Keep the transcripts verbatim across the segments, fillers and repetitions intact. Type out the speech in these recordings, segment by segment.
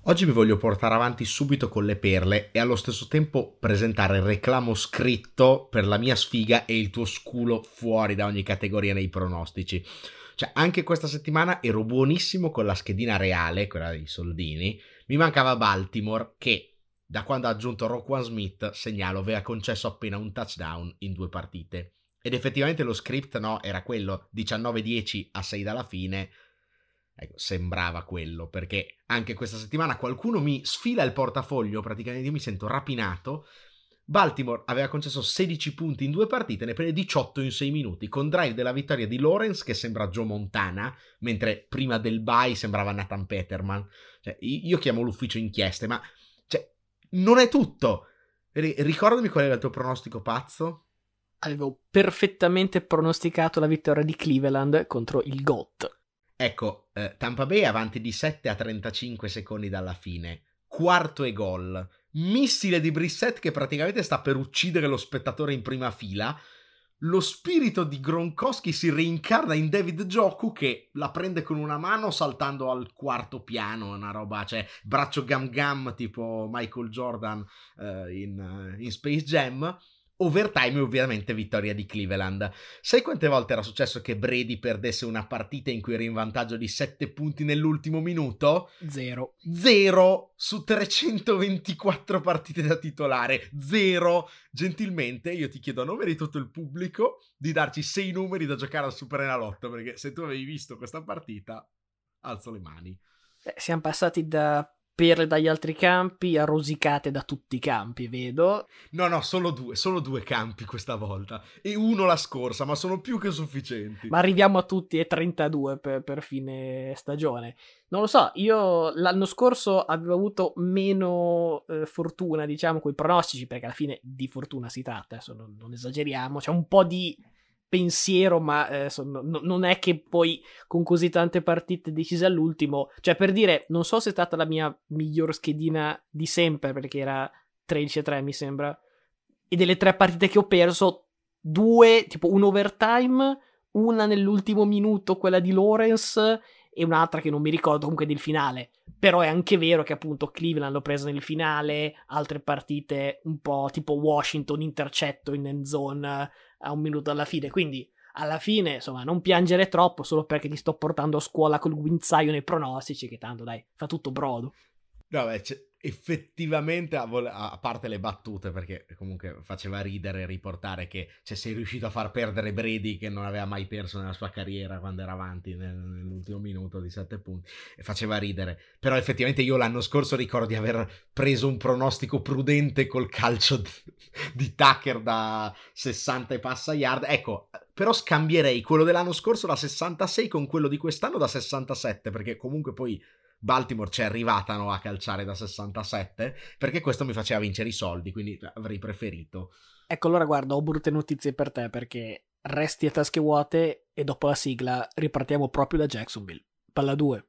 Oggi mi voglio portare avanti subito con le perle e allo stesso tempo presentare il reclamo scritto per la mia sfiga e il tuo sculo fuori da ogni categoria nei pronostici. Cioè, anche questa settimana ero buonissimo con la schedina reale, quella dei soldini. Mi mancava Baltimore che, da quando ha aggiunto Roquan Smith, segnalo, aveva concesso appena un touchdown in due partite. Ed effettivamente lo script, no, era quello, diciannove dieci a sei dalla fine. Ecco, sembrava quello, perché anche questa settimana qualcuno mi sfila il portafoglio, praticamente io mi sento rapinato. Baltimore aveva concesso sedici punti in due partite, ne prende diciotto in sei minuti, con drive della vittoria di Lawrence che sembra Joe Montana, mentre prima del bye sembrava Nathan Peterman. Cioè, io chiamo l'ufficio inchieste, ma cioè, non è tutto. Ricordami qual era il tuo pronostico pazzo? Avevo perfettamente pronosticato la vittoria di Cleveland contro il GOAT. Ecco, eh, Tampa Bay avanti di sette a trentacinque secondi dalla fine. Quarto e gol. Missile di Brissett che praticamente sta per uccidere lo spettatore in prima fila. Lo spirito di Gronkowski si reincarna in David Njoku che la prende con una mano saltando al quarto piano, una roba, cioè braccio gam gam tipo Michael Jordan eh, in, in Space Jam. Overtime e ovviamente vittoria di Cleveland. Sai quante volte era successo che Brady perdesse una partita in cui era in vantaggio di sette punti nell'ultimo minuto? Zero. Zero su trecentoventiquattro partite da titolare. Zero. Gentilmente io ti chiedo a nome di tutto il pubblico di darci sei numeri da giocare al Super Enalotto, perché se tu avevi visto questa partita, alzo le mani. Eh, siamo passati da perle dagli altri campi a rosicate da tutti i campi, vedo. No, no, solo due, solo due campi questa volta. E uno la scorsa, ma sono più che sufficienti. Ma arriviamo a tutti e trentadue per, per fine stagione. Non lo so, io l'anno scorso avevo avuto meno eh, fortuna, diciamo, con i pronostici, perché alla fine di fortuna si tratta, adesso non, non esageriamo. C'è un po' di pensiero, ma eh, so, no, non è che poi con così tante partite decise all'ultimo, cioè per dire, non so se è stata la mia miglior schedina di sempre, perché era tredici a tre mi sembra, e delle tre partite che ho perso, due, tipo un overtime, una nell'ultimo minuto, quella di Lawrence, e un'altra che non mi ricordo, comunque del finale. Però è anche vero che appunto Cleveland l'ho presa nel finale, altre partite un po' tipo Washington, intercetto in end zone a un minuto alla fine, quindi alla fine insomma non piangere troppo solo perché ti sto portando a scuola col guinzaglio nei pronostici, che tanto dai, fa tutto brodo. No, beh, effettivamente, a, vol- a parte le battute, perché comunque faceva ridere riportare che cioè, sei riuscito a far perdere Brady, che non aveva mai perso nella sua carriera quando era avanti nel, nell'ultimo minuto di sette punti, e faceva ridere. Però effettivamente io l'anno scorso ricordo di aver preso un pronostico prudente col calcio di, di Tucker da sessanta e passa yard. Ecco, però scambierei quello dell'anno scorso da sessantasei con quello di quest'anno da sessantasette, perché comunque poi Baltimore c'è arrivata, no, a calciare da sessantasette, perché questo mi faceva vincere i soldi, quindi avrei preferito. Ecco, allora guarda, ho brutte notizie per te, perché resti a tasche vuote e dopo la sigla ripartiamo proprio da Jacksonville. Palla due.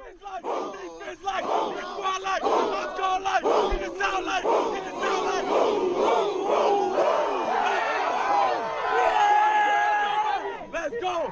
Let's go!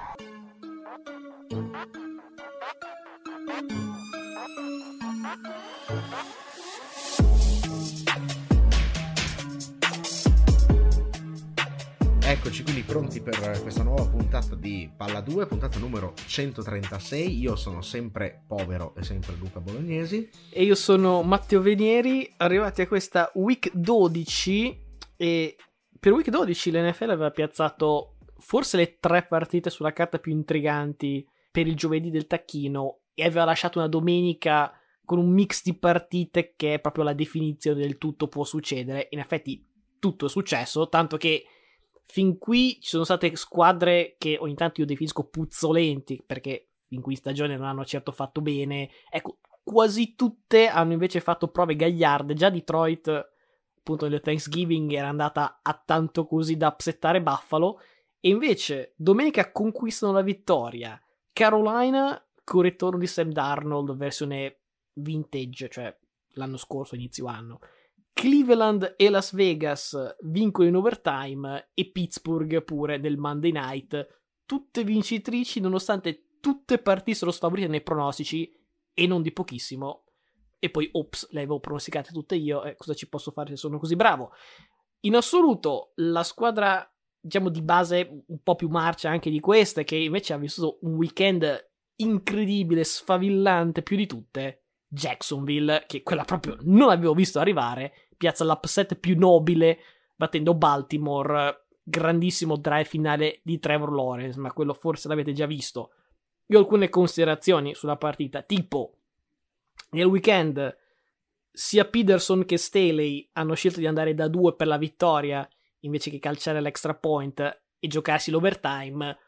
Eccoci quindi pronti per questa nuova puntata di Palla due, puntata numero centotrentasei. Io sono sempre povero e sempre Luca Bolognesi. E io sono Matteo Venieri, arrivati a questa week dodici, e per week dodici l'N F L aveva piazzato forse le tre partite sulla carta più intriganti per il giovedì del tacchino e aveva lasciato una domenica con un mix di partite che è proprio la definizione del tutto può succedere. In effetti tutto è successo, tanto che fin qui ci sono state squadre che ogni tanto io definisco puzzolenti, perché fin qui in stagione non hanno certo fatto bene. Ecco, quasi tutte hanno invece fatto prove gagliarde. Già Detroit, appunto nel Thanksgiving, era andata a tanto così da upsettare Buffalo, e invece domenica conquistano la vittoria Carolina con il ritorno di Sam Darnold versione vintage, cioè l'anno scorso, inizio anno. Cleveland e Las Vegas vincono in overtime, e Pittsburgh pure nel Monday Night, tutte vincitrici nonostante tutte partissero sfavorite nei pronostici, e non di pochissimo. e poi ops, le avevo pronosticate tutte io, e cosa ci posso fare se sono così bravo? In assoluto la squadra, diciamo, di base un po' più marcia anche di queste, che invece ha vissuto un weekend incredibile, sfavillante più di tutte, Jacksonville, che quella proprio non avevo visto arrivare, piazza l'upset più nobile battendo Baltimore, grandissimo drive finale di Trevor Lawrence, ma quello forse l'avete già visto. Io ho alcune considerazioni sulla partita, tipo nel weekend sia Peterson che Staley hanno scelto di andare da due per la vittoria invece che calciare l'extra point e giocarsi l'overtime.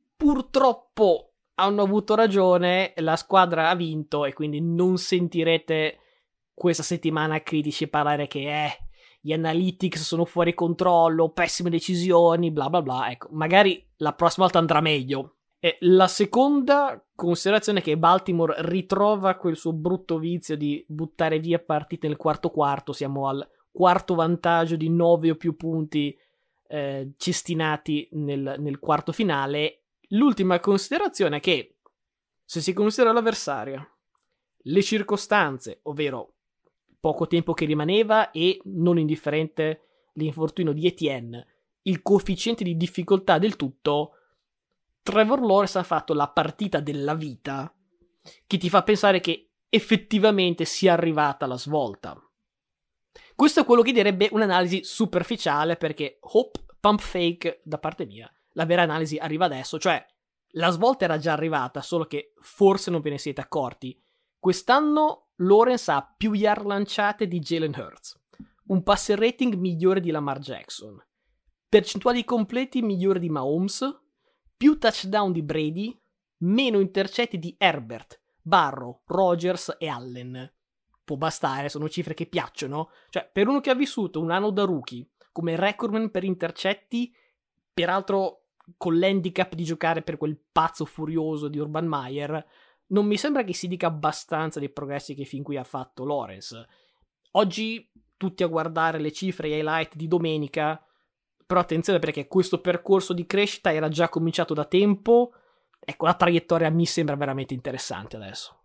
Purtroppo hanno avuto ragione, la squadra ha vinto e quindi non sentirete questa settimana critici parlare che eh, gli analytics sono fuori controllo, pessime decisioni, bla bla bla. Ecco, magari la prossima volta andrà meglio. E la seconda considerazione è che Baltimore ritrova quel suo brutto vizio di buttare via partite nel quarto quarto. Siamo al quarto vantaggio di nove o più punti eh, cestinati nel, nel quarto finale. L'ultima considerazione è che se si considera l'avversario, le circostanze, ovvero poco tempo che rimaneva e non indifferente l'infortunio di Etienne, il coefficiente di difficoltà del tutto, Trevor Lawrence ha fatto la partita della vita che ti fa pensare che effettivamente sia arrivata la svolta. Questo è quello che direbbe un'analisi superficiale, perché hope, pump fake da parte mia. La vera analisi arriva adesso, cioè la svolta era già arrivata, solo che forse non ve ne siete accorti. Quest'anno Lawrence ha più yard lanciate di Jalen Hurts, un passer rating migliore di Lamar Jackson, percentuali completi migliore di Mahomes, più touchdown di Brady, meno intercetti di Herbert, Barrow, Rodgers e Allen. Può bastare, sono cifre che piacciono. Cioè, per uno che ha vissuto un anno da rookie come recordman per intercetti, peraltro con l'handicap di giocare per quel pazzo furioso di Urban Meyer, non mi sembra che si dica abbastanza dei progressi che fin qui ha fatto Lawrence. Oggi tutti a guardare le cifre e highlight di domenica, però attenzione perché questo percorso di crescita era già cominciato da tempo. Ecco, la traiettoria mi sembra veramente interessante adesso.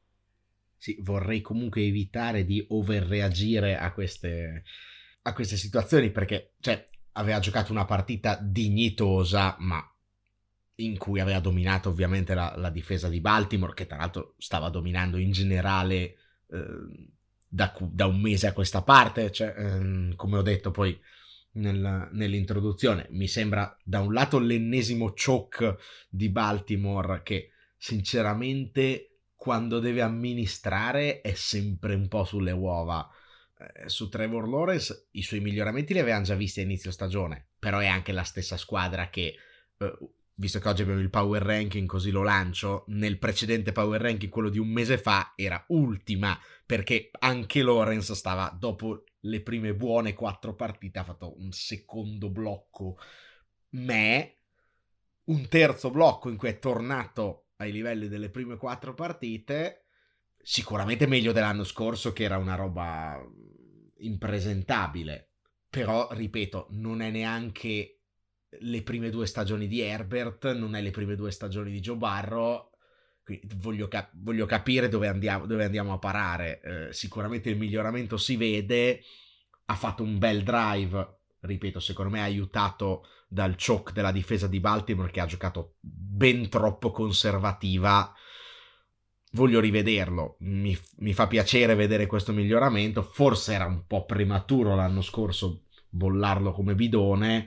Sì, vorrei comunque evitare di overreagire a queste, a queste situazioni, perché cioè, aveva giocato una partita dignitosa, ma in cui aveva dominato ovviamente la, la difesa di Baltimore, che tra l'altro stava dominando in generale eh, da, da un mese a questa parte. Cioè, ehm, come ho detto poi nel, nell'introduzione, mi sembra da un lato l'ennesimo choke di Baltimore, che sinceramente quando deve amministrare è sempre un po' sulle uova. Eh, su Trevor Lawrence i suoi miglioramenti li avevamo già visti a inizio stagione, però è anche la stessa squadra che, eh, visto che oggi abbiamo il power ranking così lo lancio, nel precedente power ranking, quello di un mese fa, era ultima, perché anche Lawrence stava, dopo le prime buone quattro partite, ha fatto un secondo blocco me, un terzo blocco in cui è tornato ai livelli delle prime quattro partite, sicuramente meglio dell'anno scorso che era una roba impresentabile, però ripeto, non è neanche le prime due stagioni di Herbert, non è le prime due stagioni di Joe Burrow, quindi voglio, cap- voglio capire dove andiamo, dove andiamo a parare. Eh, sicuramente il miglioramento si vede, ha fatto un bel drive, ripeto, secondo me aiutato dal choke della difesa di Baltimore, che ha giocato ben troppo conservativa. Voglio rivederlo, mi, mi fa piacere vedere questo miglioramento. Forse era un po' prematuro l'anno scorso bollarlo come bidone,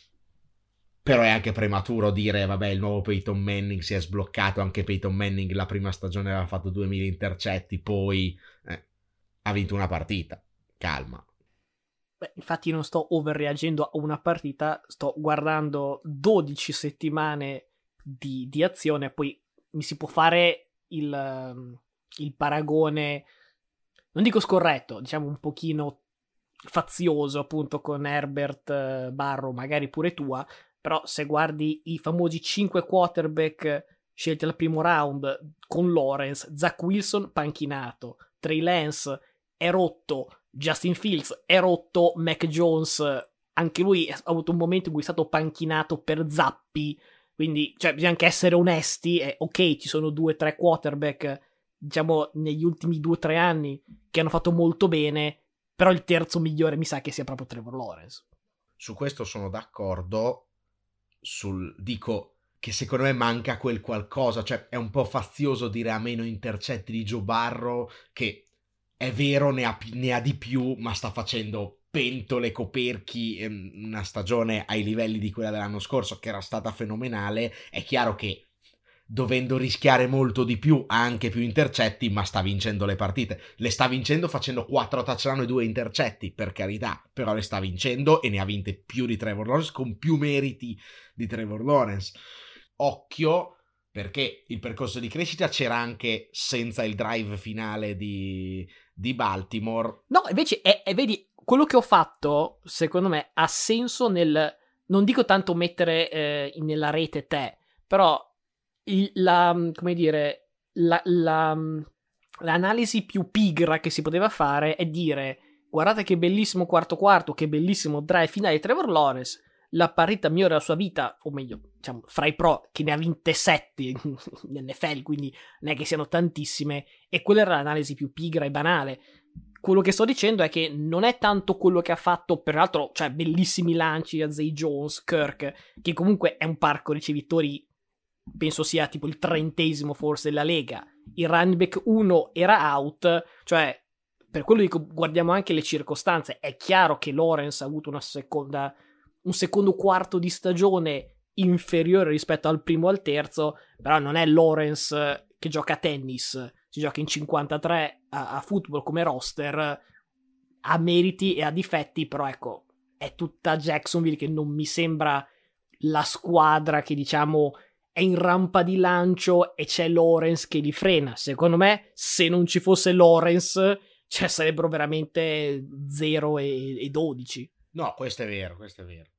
però è anche prematuro dire vabbè, il nuovo Peyton Manning si è sbloccato. Anche Peyton Manning la prima stagione aveva fatto duemila intercetti, poi eh, ha vinto una partita. Calma. Beh, infatti non sto overreagendo a una partita, sto guardando dodici settimane di, di azione, poi mi si può fare il, il paragone, non dico scorretto, diciamo un pochino fazioso appunto con Herbert, Barrow, magari pure tua, però se guardi i famosi cinque quarterback scelti al primo round con Lawrence, Zach Wilson panchinato, Trey Lance è rotto, Justin Fields è rotto, Mac Jones anche lui ha avuto un momento in cui è stato panchinato per zappi, quindi cioè, bisogna anche essere onesti, e ok, ci sono due o tre quarterback diciamo, negli ultimi due o tre anni che hanno fatto molto bene, però il terzo migliore mi sa che sia proprio Trevor Lawrence. Su questo sono d'accordo, sul dico che secondo me manca quel qualcosa, cioè è un po' fazioso dire a meno intercetti di Joe Burrow, che è vero, ne ha, ne ha di più, ma sta facendo pentole, coperchi, una stagione ai livelli di quella dell'anno scorso che era stata fenomenale. È chiaro che dovendo rischiare molto di più ha anche più intercetti, ma sta vincendo le partite. Le sta vincendo facendo quattro touchdown e due intercetti, per carità, però le sta vincendo e ne ha vinte più di Trevor Lawrence, con più meriti di Trevor Lawrence. Occhio, perché il percorso di crescita c'era anche senza il drive finale di, di Baltimore. No, invece, è, è, vedi, quello che ho fatto, secondo me, ha senso nel... Non dico tanto mettere eh, nella rete te, però il, la, come dire, la, la, l'analisi più pigra che si poteva fare è dire: guardate che bellissimo quarto quarto, che bellissimo drive finale di Trevor Lawrence, la partita migliore della sua vita, o meglio, diciamo, fra i pro, che ne ha vinte sette in N F L, quindi non è che siano tantissime, e quella era l'analisi più pigra e banale. Quello che sto dicendo è che non è tanto quello che ha fatto, peraltro, cioè, bellissimi lanci a Zay Jones, Kirk, che comunque è un parco ricevitori, penso sia tipo il trentesimo forse della Lega. Il running back uno era out, cioè, per quello dico, guardiamo anche le circostanze. È chiaro che Lawrence ha avuto una seconda... un secondo quarto di stagione inferiore rispetto al primo o al terzo, però non è Lawrence che gioca a tennis, si gioca in cinquantatré a, a football come roster, ha meriti e ha difetti, però ecco, è tutta Jacksonville che non mi sembra la squadra che, diciamo, è in rampa di lancio e c'è Lawrence che li frena. Secondo me, se non ci fosse Lawrence, cioè sarebbero veramente zero e dodici. No, questo è vero, questo è vero.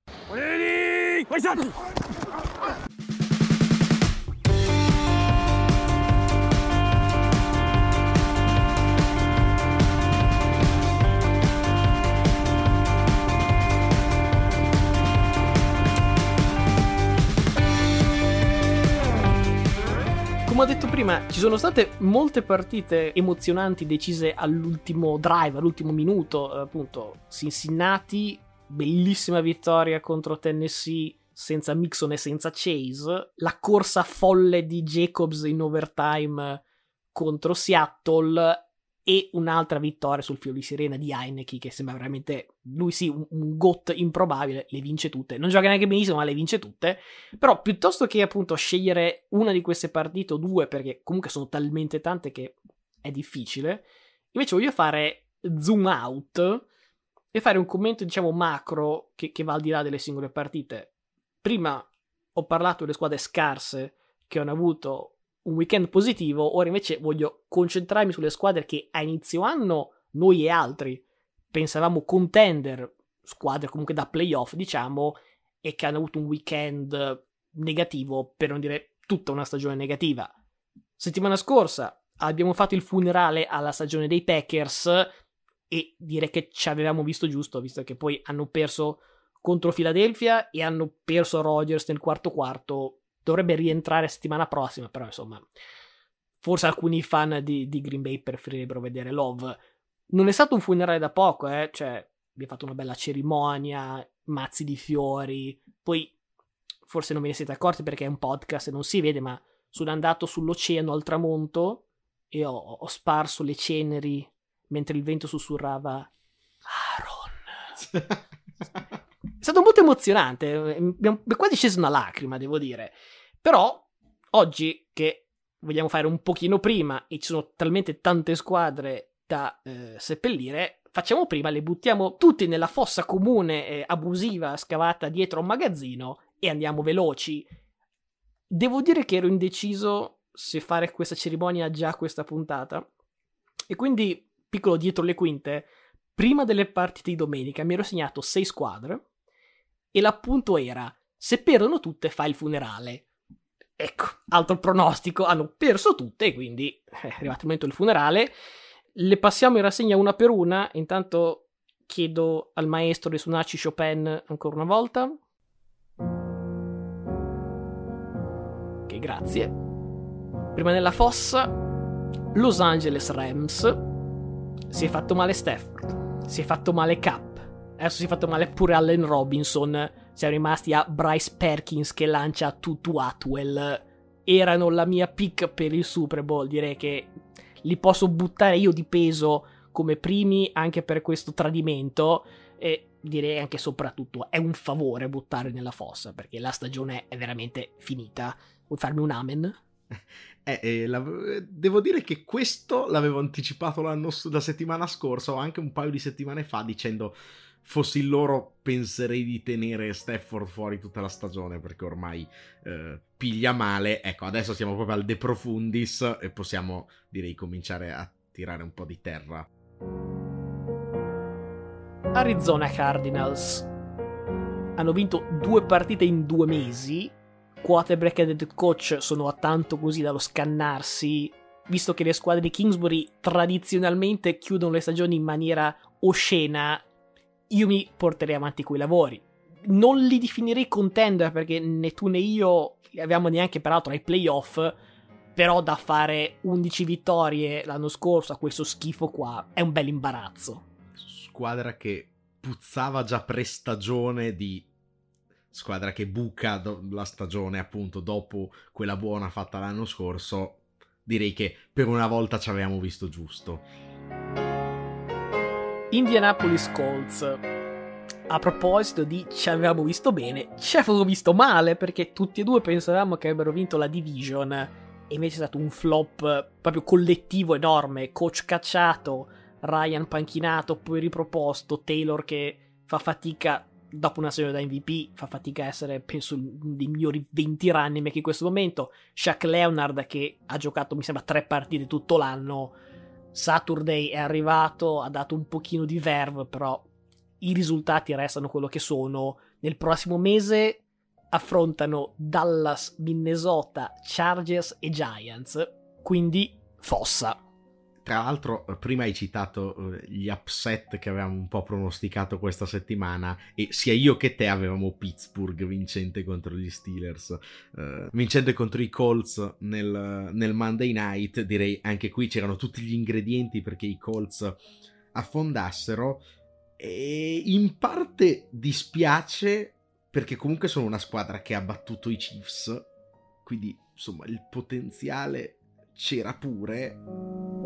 Come ho detto prima, ci sono state molte partite emozionanti decise all'ultimo drive, all'ultimo minuto, appunto. Cincinnati, bellissima vittoria contro Tennessee senza Mixon e senza Chase, la corsa folle di Jacobs in overtime contro Seattle e un'altra vittoria sul filo di sirena di Heineke, che sembra veramente, lui sì, un, un GOAT improbabile, le vince tutte, non gioca neanche benissimo ma le vince tutte. Però piuttosto che appunto scegliere una di queste partite o due, perché comunque sono talmente tante che è difficile, invece voglio fare zoom out e fare un commento, diciamo, macro che, che va al di là delle singole partite. Prima ho parlato delle squadre scarse che hanno avuto un weekend positivo, ora invece voglio concentrarmi sulle squadre che a inizio anno noi e altri pensavamo contender, squadre comunque da playoff, diciamo, e che hanno avuto un weekend negativo, per non dire tutta una stagione negativa. Settimana scorsa abbiamo fatto il funerale alla stagione dei Packers e direi che ci avevamo visto giusto, visto che poi hanno perso contro Philadelphia e hanno perso Rodgers nel quarto quarto. Dovrebbe rientrare settimana prossima, però insomma, forse alcuni fan di, di Green Bay preferirebbero vedere Love. Non è stato un funerale da poco, eh, cioè abbiamo fatto una bella cerimonia, mazzi di fiori, poi forse non ve ne siete accorti perché è un podcast e non si vede, ma sono andato sull'oceano al tramonto e ho, ho sparso le ceneri mentre il vento sussurrava Aaron. È stato molto emozionante, mi è quasi scesa una lacrima, devo dire. Però oggi che vogliamo fare un pochino prima e ci sono talmente tante squadre da eh, seppellire, facciamo prima, le buttiamo tutte nella fossa comune eh, abusiva scavata dietro a un magazzino e andiamo veloci. Devo dire che ero indeciso se fare questa cerimonia già a questa puntata e quindi, piccolo dietro le quinte, prima delle partite di domenica mi ero segnato sei squadre e l'appunto era: se perdono tutte fa il funerale. Ecco, altro pronostico, hanno perso tutte e quindi è arrivato il momento del funerale. Le passiamo in rassegna una per una. Intanto chiedo al maestro di suonarci Chopin ancora una volta. Ok, grazie. Prima nella fossa Los Angeles Rams, si è fatto male Stafford, si è fatto male Cup, adesso si è fatto male pure Allen Robinson, siamo rimasti a Bryce Perkins che lancia Tutu Atwell. Erano la mia pick per il Super Bowl, direi che li posso buttare io di peso come primi anche per questo tradimento, e direi anche soprattutto è un favore buttare nella fossa perché la stagione è veramente finita. Vuoi farmi un amen? Eh, eh, la, devo dire che questo l'avevo anticipato l'anno, la settimana scorsa o anche un paio di settimane fa, dicendo fossi loro penserei di tenere Stafford fuori tutta la stagione perché ormai eh, piglia male. Ecco, adesso siamo proprio al de profundis e possiamo, direi, cominciare a tirare un po' di terra. Arizona Cardinals hanno vinto due partite in due mesi. Quarterback e head coach sono a tanto così dallo scannarsi, visto che le squadre di Kingsbury tradizionalmente chiudono le stagioni in maniera oscena. Io mi porterei avanti quei lavori. Non li definirei contender perché né tu né io li avevamo neanche peraltro ai playoff, però da fare undici vittorie l'anno scorso a questo schifo qua è un bel imbarazzo. Squadra che puzzava già pre-stagione di squadra che buca la stagione appunto dopo quella buona fatta l'anno scorso. Direi che per una volta ci avevamo visto giusto. Indianapolis Colts. A proposito di ci avevamo visto bene, ci avevamo visto male perché tutti e due pensavamo che avrebbero vinto la division e invece è stato un flop proprio collettivo enorme. Coach cacciato, Ryan panchinato, poi riproposto, Taylor che fa fatica dopo una serie da M V P, fa fatica a essere penso uno dei migliori venti running back in questo momento. Shaq Leonard che ha giocato mi sembra tre partite tutto l'anno. Saturday è arrivato, ha dato un pochino di verve, però i risultati restano quello che sono. Nel prossimo mese affrontano Dallas, Minnesota, Chargers e Giants, quindi fossa. Tra l'altro, prima hai citato uh, gli upset che avevamo un po' pronosticato questa settimana e sia io che te avevamo Pittsburgh vincente contro gli Steelers, uh, vincente contro i Colts nel, nel Monday Night. Direi anche qui c'erano tutti gli ingredienti perché i Colts affondassero e in parte dispiace perché comunque sono una squadra che ha battuto i Chiefs, quindi insomma il potenziale c'era pure.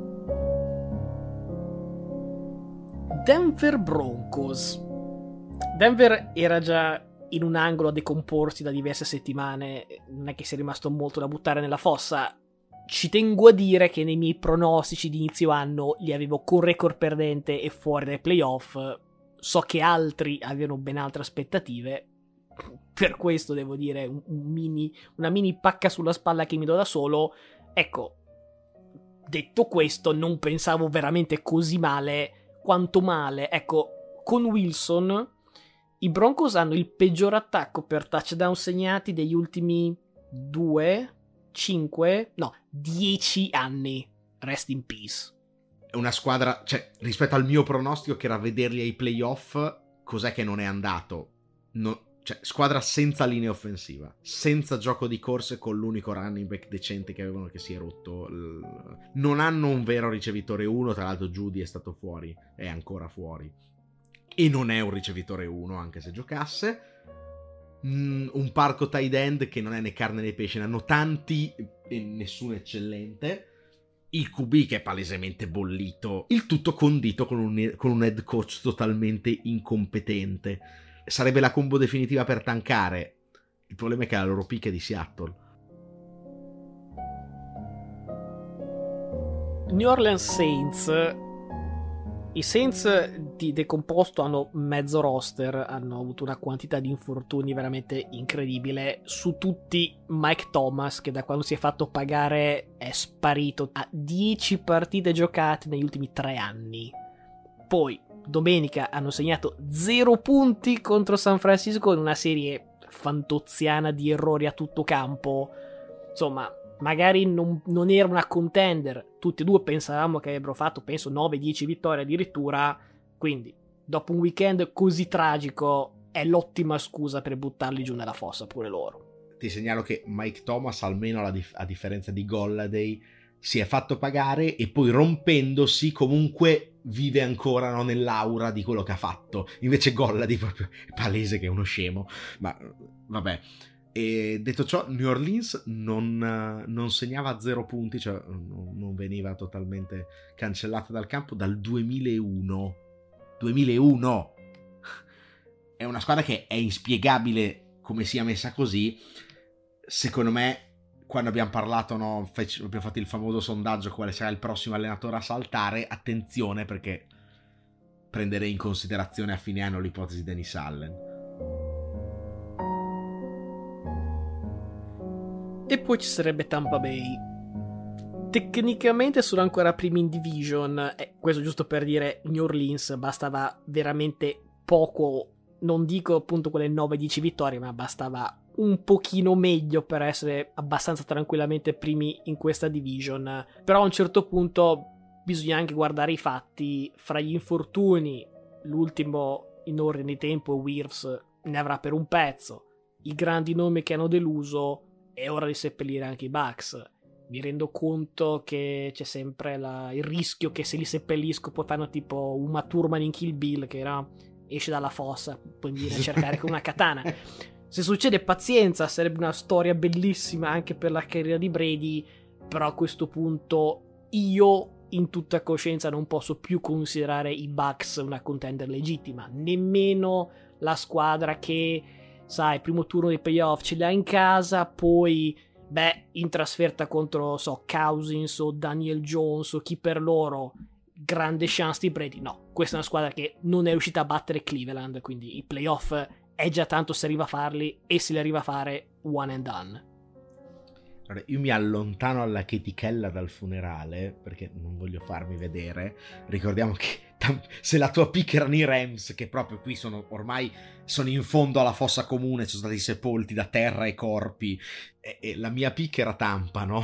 Denver Broncos. Denver era già in un angolo a decomporsi da diverse settimane, non è che sia rimasto molto da buttare nella fossa. Ci tengo a dire che nei miei pronostici di inizio anno li avevo con record perdente e fuori dai playoff. So che altri avevano ben altre aspettative, per questo devo dire un, un mini, una mini pacca sulla spalla che mi do da solo. Ecco, detto questo, non pensavo veramente così male. Quanto male, ecco, con Wilson i Broncos hanno il peggior attacco per touchdown segnati degli ultimi due, cinque, no, dieci anni. Rest in peace. È una squadra, cioè, rispetto al mio pronostico che era vederli ai playoff, cos'è che non è andato? No, cioè, squadra senza linea offensiva, senza gioco di corse, con l'unico running back decente che avevano che si è rotto. Non hanno un vero ricevitore uno, tra l'altro Judy è stato fuori, è ancora fuori. E non è un ricevitore uno, anche se giocasse. Mm, un parco tight end che non è né carne né pesce, ne hanno tanti e nessuno eccellente. Il Q B che è palesemente bollito. Il tutto condito con un, con un head coach totalmente incompetente. Sarebbe la combo definitiva per tankare. Il problema è che la loro pick è di Seattle. New Orleans Saints. I Saints di decomposto hanno mezzo roster, hanno avuto una quantità di infortuni veramente incredibile. Su tutti Mike Thomas, che da quando si è fatto pagare è sparito. Ha dieci partite giocate negli ultimi tre anni. Poi domenica hanno segnato zero punti contro San Francisco in una serie fantoziana di errori a tutto campo. Insomma, magari non, non era una contender, tutti e due pensavamo che avrebbero fatto penso nove dieci vittorie addirittura, quindi dopo un weekend così tragico è l'ottima scusa per buttarli giù nella fossa pure loro. Ti segnalo che Mike Thomas, almeno a, dif- a differenza di Golladay, si è fatto pagare e poi rompendosi comunque vive ancora, no, nell'aura di quello che ha fatto. Invece Gollady proprio è palese che è uno scemo, ma vabbè. E detto ciò, New Orleans non, non segnava zero punti, cioè non veniva totalmente cancellata dal campo dal duemilauno. duemilauno! È una squadra che è inspiegabile come sia messa così. Secondo me, quando abbiamo parlato, no, abbiamo fatto il famoso sondaggio quale sarà il prossimo allenatore a saltare, attenzione, perché prenderei in considerazione a fine anno l'ipotesi di Dennis Allen. E poi ci sarebbe Tampa Bay. Tecnicamente sono ancora primi in division, eh, questo giusto per dire New Orleans bastava veramente poco, non dico appunto quelle nove dieci vittorie, ma bastava un pochino meglio per essere abbastanza tranquillamente primi in questa division. Però a un certo punto bisogna anche guardare i fatti. Fra gli infortuni, l'ultimo in ordine di tempo, Wirfs, ne avrà per un pezzo, i grandi nomi che hanno deluso, è ora di seppellire anche i Bucks. Mi rendo conto che c'è sempre la, il rischio che se li seppellisco poi fanno tipo Uma Thurman in Kill Bill, che no, esce dalla fossa, poi viene a cercare con una katana. Se succede, pazienza, sarebbe una storia bellissima anche per la carriera di Brady, però a questo punto io in tutta coscienza non posso più considerare i Bucks una contender legittima, nemmeno la squadra che, sai, primo turno dei playoff ce l'ha in casa, poi beh, in trasferta contro, so, Cousins o Daniel Jones o chi per loro, grande chance di Brady. No, questa è una squadra che non è riuscita a battere Cleveland, quindi i playoff è già tanto se arriva a farli, e se li arriva a fare, one and done. Allora, io mi allontano alla chetichella dal funerale perché non voglio farmi vedere. Ricordiamo che se la tua pick erano i Rams, che proprio qui sono ormai sono in fondo alla fossa comune, sono stati sepolti da terra e corpi, e, e la mia pick era Tampa, no?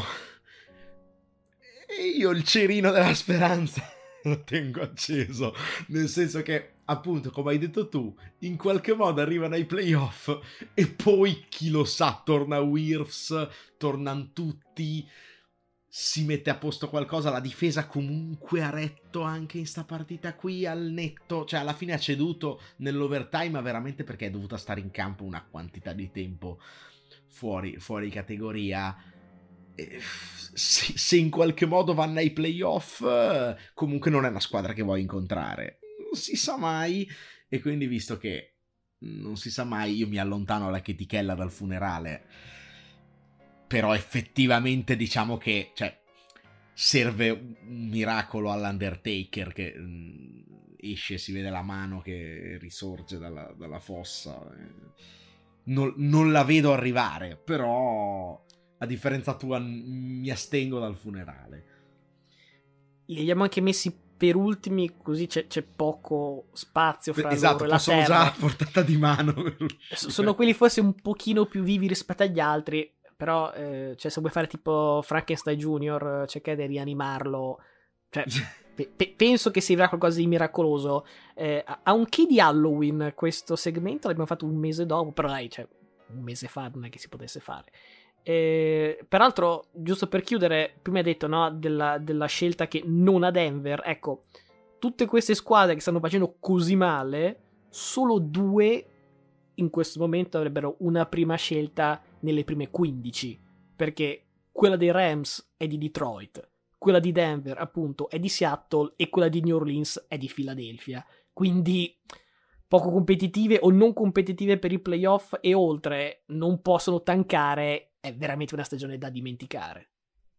E io il cerino della speranza lo tengo acceso, nel senso che, appunto, come hai detto tu, in qualche modo arrivano ai playoff e poi, chi lo sa, torna Wirfs, tornano tutti, si mette a posto qualcosa, la difesa comunque ha retto anche in sta partita qui al netto, cioè alla fine ha ceduto nell'overtime, veramente perché è dovuta stare in campo una quantità di tempo fuori, fuori categoria. Se, se in qualche modo vanno ai playoff, comunque non è una squadra che vuoi incontrare, non si sa mai, e quindi, visto che non si sa mai, io mi allontano alla chetichella dal funerale. Però effettivamente diciamo che, cioè, serve un miracolo all'Undertaker che mh, esce, si vede la mano che risorge dalla, dalla fossa, non, non la vedo arrivare, però a differenza tua mi astengo dal funerale. Li abbiamo anche messi per ultimi, così c'è, c'è poco spazio fra esatto, loro e la sono terra. già a portata di mano. Sono quelli forse un pochino più vivi rispetto agli altri, però eh, cioè, se vuoi fare tipo Frankenstein Junior, cercare di rianimarlo, cioè, pe- pe- penso che servirà qualcosa di miracoloso. Eh, ha un che di Halloween questo segmento, l'abbiamo fatto un mese dopo, però dai, cioè, un mese fa non è che si potesse fare. Eh, peraltro, giusto per chiudere, prima hai detto, no, della, della scelta che non a Denver. Ecco, tutte queste squadre che stanno facendo così male, solo due in questo momento avrebbero una prima scelta nelle prime quindici, perché quella dei Rams è di Detroit, quella di Denver appunto è di Seattle e quella di New Orleans è di Philadelphia, quindi poco competitive o non competitive per i playoff, e oltre non possono tankare. È veramente una stagione da dimenticare.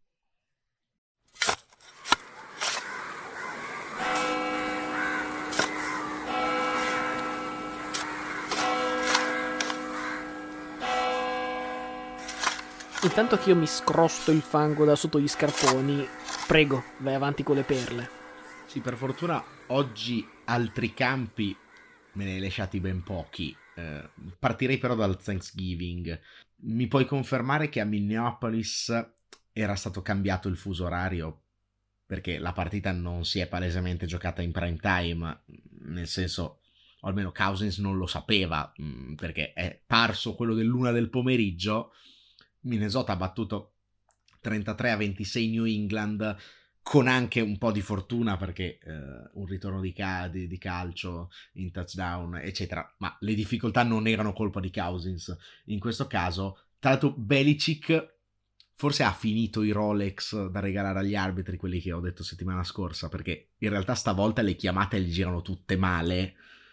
Intanto che io mi scrosto il fango da sotto gli scarponi, prego, vai avanti con le perle. Sì, per fortuna oggi altri campi me ne hai lasciati ben pochi. Eh, partirei però dal Thanksgiving. Mi puoi confermare che a Minneapolis era stato cambiato il fuso orario? Perché la partita non si è palesemente giocata in prime time, nel senso, o almeno Cousins non lo sapeva, perché è parso quello dell'una del pomeriggio. Minnesota ha battuto trentatré a ventisei New England, con anche un po' di fortuna perché eh, un ritorno di, ca- di, di calcio in touchdown, eccetera, ma le difficoltà non erano colpa di Cousins in questo caso. Tra l'altro Belichick forse ha finito i Rolex da regalare agli arbitri, quelli che ho detto settimana scorsa, perché in realtà stavolta le chiamate gli girano tutte male,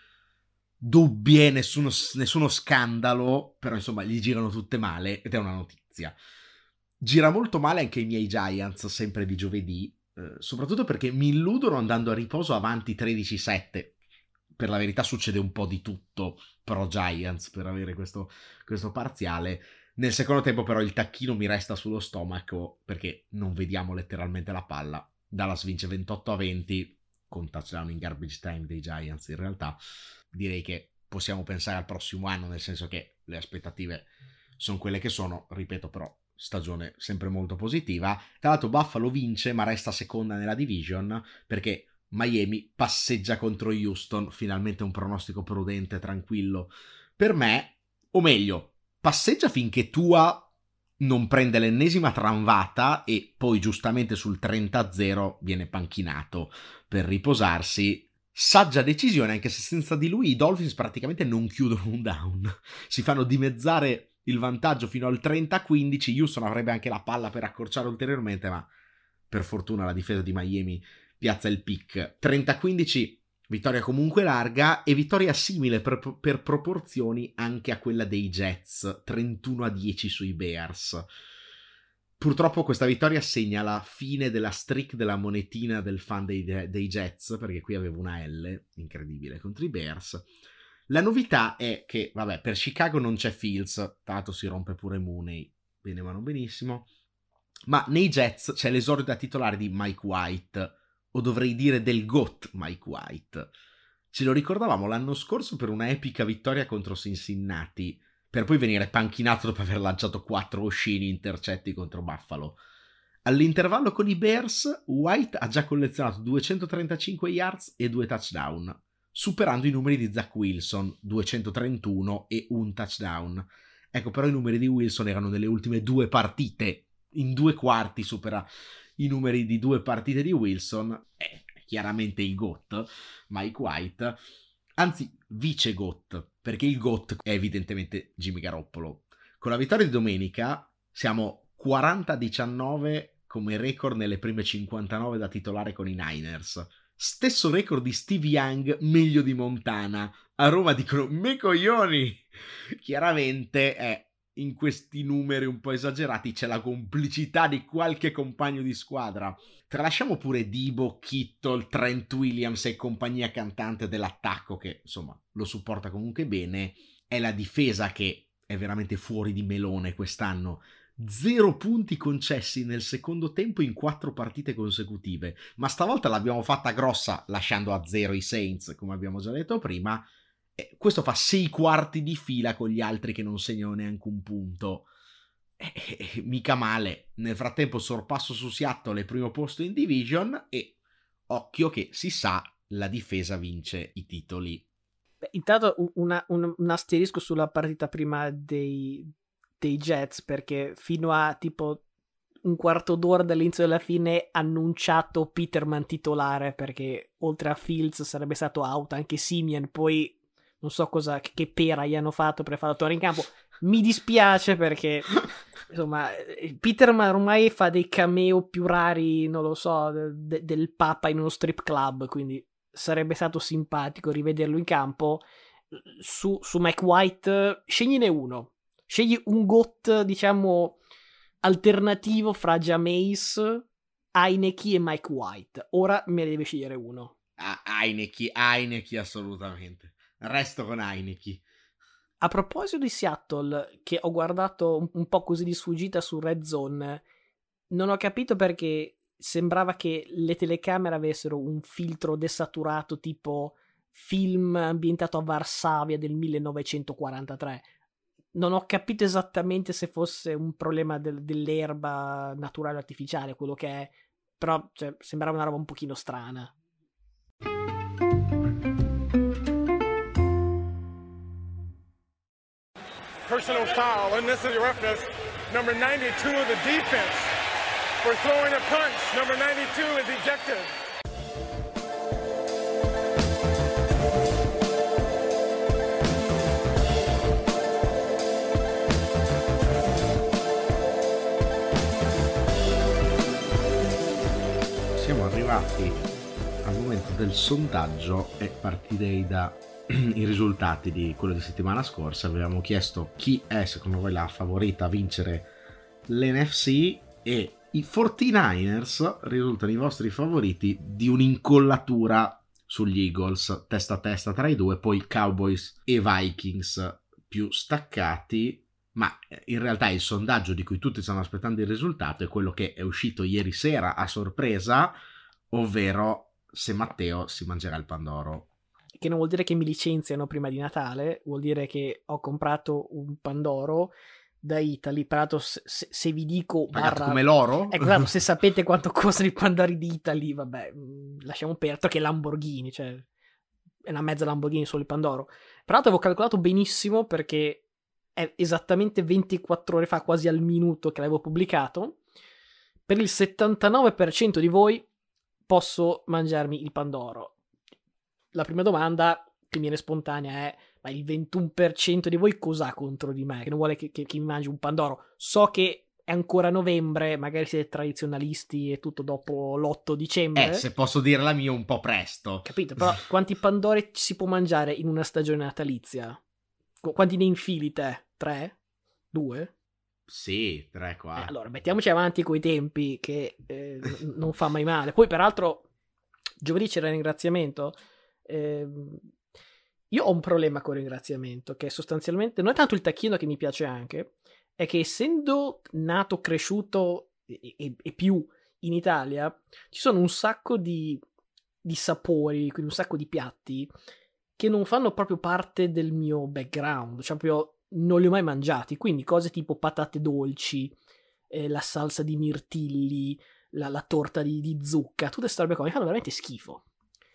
dubbie, nessuno, nessuno scandalo, però insomma gli girano tutte male ed è una notizia. Gira molto male anche i miei Giants, sempre di giovedì, eh, soprattutto perché mi illudono andando a riposo avanti tredici sette. Per la verità succede un po' di tutto pro Giants per avere questo, questo parziale. Nel secondo tempo però il tacchino mi resta sullo stomaco perché non vediamo letteralmente la palla. Dallas vince ventotto a venti con touchdown in garbage time dei Giants. In realtà direi che possiamo pensare al prossimo anno, nel senso che le aspettative sono quelle che sono, ripeto, però stagione sempre molto positiva. Tra l'altro Buffalo vince ma resta seconda nella division perché Miami passeggia contro Houston, finalmente un pronostico prudente, tranquillo per me, o meglio passeggia finché Tua non prende l'ennesima tramvata e poi giustamente sul trenta a zero viene panchinato per riposarsi. Saggia decisione, anche se senza di lui i Dolphins praticamente non chiudono un down, si fanno dimezzare il vantaggio fino al trenta a quindici. Houston avrebbe anche la palla per accorciare ulteriormente, ma per fortuna la difesa di Miami piazza il pick. trenta a quindici, vittoria comunque larga e vittoria simile per, per proporzioni anche a quella dei Jets, trentuno a dieci sui Bears. Purtroppo questa vittoria segna la fine della streak della monetina del fan dei, dei Jets, perché qui avevo una L, incredibile, contro i Bears. La novità è che, vabbè, per Chicago non c'è Fields, tra l'altro si rompe pure Mooney, bene ma non benissimo, ma nei Jets c'è l'esordio da titolare di Mike White, o dovrei dire del GOAT Mike White. Ce lo ricordavamo l'anno scorso per una epica vittoria contro Cincinnati, per poi venire panchinato dopo aver lanciato quattro oscini intercetti contro Buffalo. All'intervallo con i Bears, White ha già collezionato duecentotrentacinque yards e due touchdown, superando i numeri di Zach Wilson, duecentotrentuno e un touchdown. Ecco, però i numeri di Wilson erano nelle ultime due partite, in due quarti supera i numeri di due partite di Wilson, è chiaramente il GOAT, Mike White, anzi vice GOAT, perché il GOAT è evidentemente Jimmy Garoppolo. Con la vittoria di domenica siamo quaranta a diciannove come record nelle prime cinquantanove da titolare con i Niners. Stesso record di Steve Young, meglio di Montana. A Roma dicono me coglioni! Chiaramente è... in questi numeri un po' esagerati c'è la complicità di qualche compagno di squadra. Tralasciamo pure Debo, Kittle, Trent Williams e compagnia cantante dell'attacco, che insomma lo supporta comunque bene. È la difesa che è veramente fuori di melone quest'anno. Zero punti concessi nel secondo tempo in quattro partite consecutive, ma stavolta l'abbiamo fatta grossa lasciando a zero i Saints, come abbiamo già detto prima. Eh, questo fa sei quarti di fila con gli altri che non segnano neanche un punto. Eh, eh, mica male. Nel frattempo sorpasso su Seattle al primo posto in division e occhio che si sa la difesa vince i titoli. Beh, intanto una, un, un asterisco sulla partita prima dei, dei Jets, perché fino a tipo un quarto d'ora dall'inizio della fine annunciato Peterman titolare, perché oltre a Fields sarebbe stato out anche Simeon, poi non so cosa, che pera gli hanno fatto per farlo tornare in campo. Mi dispiace perché, insomma, Peterman ormai fa dei cameo più rari, non lo so, de- del Papa in uno strip club, quindi sarebbe stato simpatico rivederlo in campo. Su, su Mike White, scegliene uno. Scegli un GOAT, diciamo, alternativo fra Jameis, Heineke e Mike White. Ora me ne deve scegliere uno. Ah, Heineke, Heineke assolutamente. Resto con Heineke. A proposito di Seattle, che ho guardato un, un po' così di sfuggita su Red Zone, non ho capito perché sembrava che le telecamere avessero un filtro desaturato tipo film ambientato a Varsavia del millenovecentoquarantatré. Non ho capito esattamente se fosse un problema del, dell'erba naturale o artificiale, quello che è, però cioè, sembrava una roba un pochino strana. Personal foul, unnecessary roughness, number ninety-two of the defense. for throwing a punch. Number ninety-two is ejected. Siamo arrivati al momento del sondaggio e partirei da i risultati di quello di settimana scorsa. Avevamo chiesto chi è secondo voi la favorita a vincere l'N F C e i quarantanovers risultano i vostri favoriti di un'incollatura sugli Eagles testa a testa tra i due, poi Cowboys e Vikings più staccati, ma in realtà il sondaggio di cui tutti stanno aspettando il risultato è quello che è uscito ieri sera a sorpresa, ovvero se Matteo si mangerà il Pandoro. Che non vuol dire che mi licenziano prima di Natale, vuol dire che ho comprato un Pandoro da Italy. Peraltro se, se vi dico pagato barra... come l'oro? Ecco, esatto, se sapete quanto costano i Pandori di Italy, vabbè, lasciamo perdere, che Lamborghini, cioè è una mezza Lamborghini solo il Pandoro. Peraltro avevo calcolato benissimo perché è esattamente ventiquattro ore fa, quasi al minuto che l'avevo pubblicato. Per il settantanove per cento di voi posso mangiarmi il Pandoro. La prima domanda che mi viene spontanea è: ma il ventuno per cento di voi cos'ha contro di me? Che non vuole che, che, che mi mangi un Pandoro? So che è ancora novembre, magari siete tradizionalisti e tutto dopo l'otto dicembre. Eh, se posso dire la mia un po' presto. Capito, però quanti Pandori si può mangiare in una stagione natalizia? Qu- quanti ne infili te? Tre? Due? Sì, tre, quattro. Eh, allora, mettiamoci avanti coi tempi, che eh, n- non fa mai male. Poi, peraltro, giovedì c'era il ringraziamento. Eh, io ho un problema con il ringraziamento, che sostanzialmente non è tanto il tacchino, che mi piace anche, è che essendo nato, cresciuto e, e, e più in Italia, ci sono un sacco di, di sapori, quindi un sacco di piatti che non fanno proprio parte del mio background, cioè proprio non li ho mai mangiati, quindi cose tipo patate dolci, eh, la salsa di mirtilli, la, la torta di, di zucca, tutte queste robe qua mi fanno veramente schifo.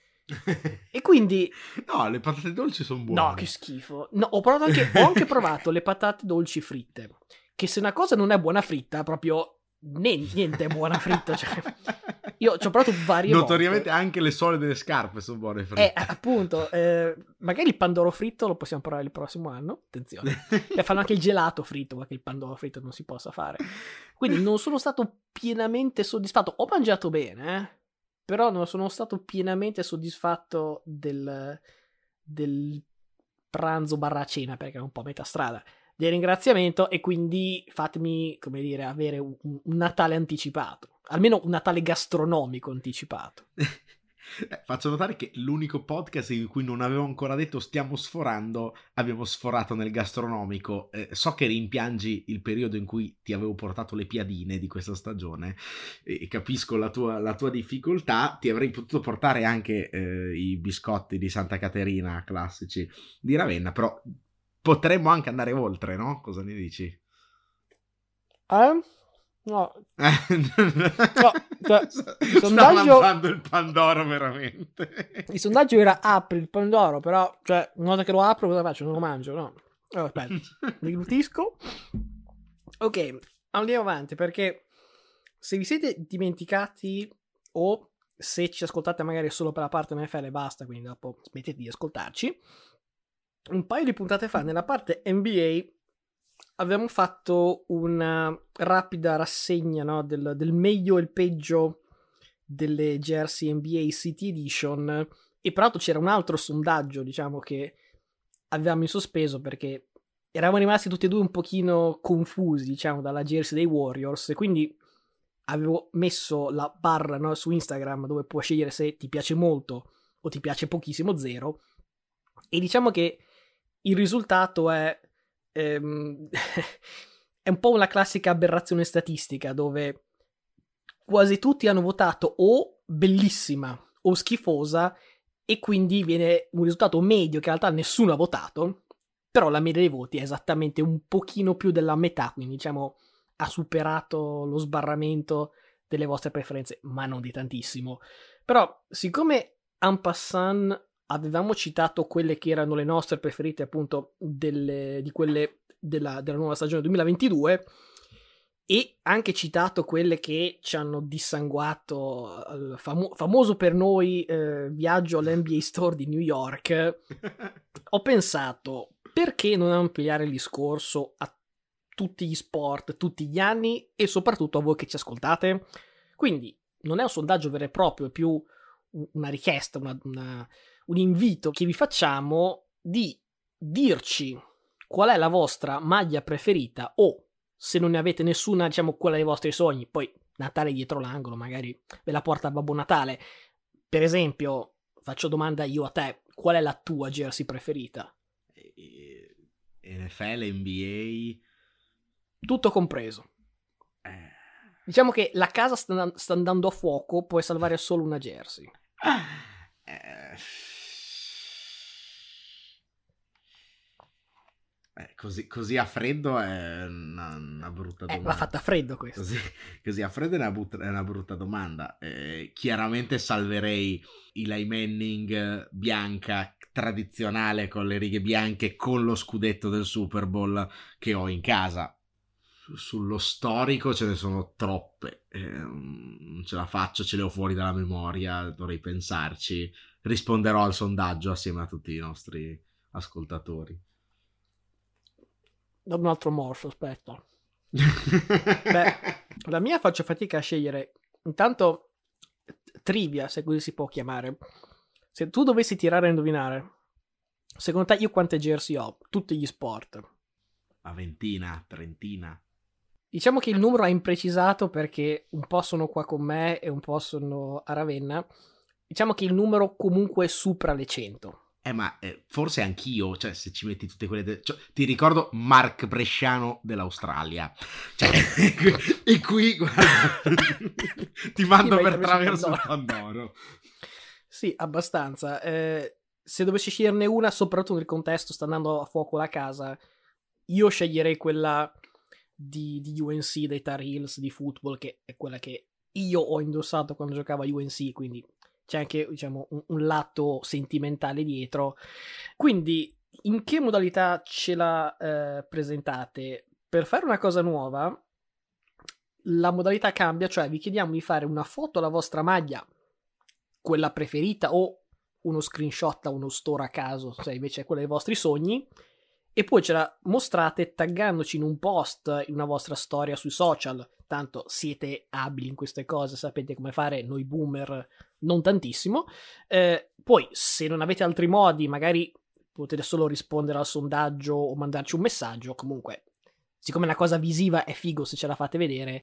E quindi no, le patate dolci sono buone. No, che schifo. No, ho provato anche ho anche provato le patate dolci fritte, che se una cosa non è buona fritta, proprio niente, niente è buona fritta, cioè, io ci ho provato varie notoriamente volte. Anche le sole delle scarpe sono buone fritte. Eh, appunto, eh, magari il Pandoro fritto lo possiamo provare il prossimo anno, attenzione. E fanno anche il gelato fritto, ma che il Pandoro fritto non si possa fare. Quindi non sono stato pienamente soddisfatto. Ho mangiato bene, eh, però non sono stato pienamente soddisfatto del, del pranzo barra cena, perché è un po' a metà strada del ringraziamento, e quindi fatemi, come dire, avere un, un Natale anticipato, almeno un Natale gastronomico anticipato. Eh, faccio notare che l'unico podcast in cui non avevo ancora detto stiamo sforando, abbiamo sforato nel gastronomico. Eh, so che rimpiangi il periodo in cui ti avevo portato le piadine di questa stagione, e capisco la tua, la tua difficoltà. Ti avrei potuto portare anche eh, i biscotti di Santa Caterina classici di Ravenna, però potremmo anche andare oltre, no? Cosa ne dici? Eh? No, no, cioè, il sta sondaggio... mangiando il Pandoro veramente. Il sondaggio era apri il Pandoro, però, cioè, una volta che lo apro cosa faccio? Non lo mangio, no? Oh, aspetta, deglutisco. Ok, andiamo avanti, perché se vi siete dimenticati, o se ci ascoltate magari solo per la parte N F L e basta, quindi dopo smettete di ascoltarci, un paio di puntate fa nella parte N B A abbiamo fatto una rapida rassegna, no, del, del meglio e il peggio delle jersey N B A City Edition, e peraltro c'era un altro sondaggio, diciamo, che avevamo in sospeso perché eravamo rimasti tutti e due un pochino confusi, diciamo, dalla jersey dei Warriors, e quindi avevo messo la barra, no, su Instagram dove puoi scegliere se ti piace molto o ti piace pochissimo, zero, e diciamo che il risultato è ehm, è un po' una classica aberrazione statistica, dove quasi tutti hanno votato o bellissima o schifosa, e quindi viene un risultato medio che in realtà nessuno ha votato, però la media dei voti è esattamente un pochino più della metà, quindi diciamo ha superato lo sbarramento delle vostre preferenze, ma non di tantissimo. Però siccome en passant avevamo citato quelle che erano le nostre preferite, appunto delle, di quelle della, della nuova stagione duemilaventidue, e anche citato quelle che ci hanno dissanguato, il famo- famoso per noi eh, viaggio all'N B A Store di New York, ho pensato, perché non ampliare il discorso a tutti gli sport, tutti gli anni e soprattutto a voi che ci ascoltate? Quindi non è un sondaggio vero e proprio, è più una richiesta, una, una, un invito che vi facciamo di dirci qual è la vostra maglia preferita, o se non ne avete nessuna, diciamo quella dei vostri sogni, poi Natale dietro l'angolo, magari ve la porta Babbo Natale. Per esempio, faccio domanda io a te, qual è la tua jersey preferita? N F L, N B A? Tutto compreso. Eh. Diciamo che la casa sta, sta andando a fuoco, puoi salvare solo una jersey. Eh. Eh, così, così a freddo è una, una brutta eh, domanda. Va fatta a freddo questa. Così, così a freddo è una, but- è una brutta domanda. Eh, chiaramente salverei Eli Manning bianca, tradizionale, con le righe bianche, con lo scudetto del Super Bowl che ho in casa. Sullo storico ce ne sono troppe. Eh, non ce la faccio, ce le ho fuori dalla memoria, dovrei pensarci. Risponderò al sondaggio assieme a tutti i nostri ascoltatori. Da un altro morso, aspetta. Beh, la mia faccio fatica a scegliere. Intanto, trivia, se così si può chiamare. Se tu dovessi tirare a indovinare, secondo te io quante jersey ho? Tutti gli sport. Una ventina, trentina. Diciamo che il numero è imprecisato perché un po' sono qua con me e un po' sono a Ravenna. Diciamo che il numero comunque è sopra le cento. Eh, ma eh, forse anch'io, cioè, se ci metti tutte quelle... De- cioè, ti ricordo Mark Bresciano dell'Australia. Cioè, e qui, guarda, ti mando Sì, per traverso il Pandoro. Sì, abbastanza. Eh, se dovessi sceglierne una, soprattutto nel contesto, sta andando a fuoco la casa, io sceglierei quella di, di U N C, dei Tar Heels, di football, che è quella che io ho indossato quando giocavo a U N C, quindi c'è anche, diciamo, un, un lato sentimentale dietro. Quindi, in che modalità ce la eh, presentate? Per fare una cosa nuova, la modalità cambia, cioè vi chiediamo di fare una foto alla vostra maglia, quella preferita, o uno screenshot a uno store a caso, se invece è quella dei vostri sogni, e poi ce la mostrate taggandoci in un post, in una vostra storia sui social. Tanto siete abili in queste cose, sapete come fare, noi boomer non tantissimo. Eh, poi se non avete altri modi, magari potete solo rispondere al sondaggio o mandarci un messaggio. Comunque, siccome la cosa visiva è figo se ce la fate vedere.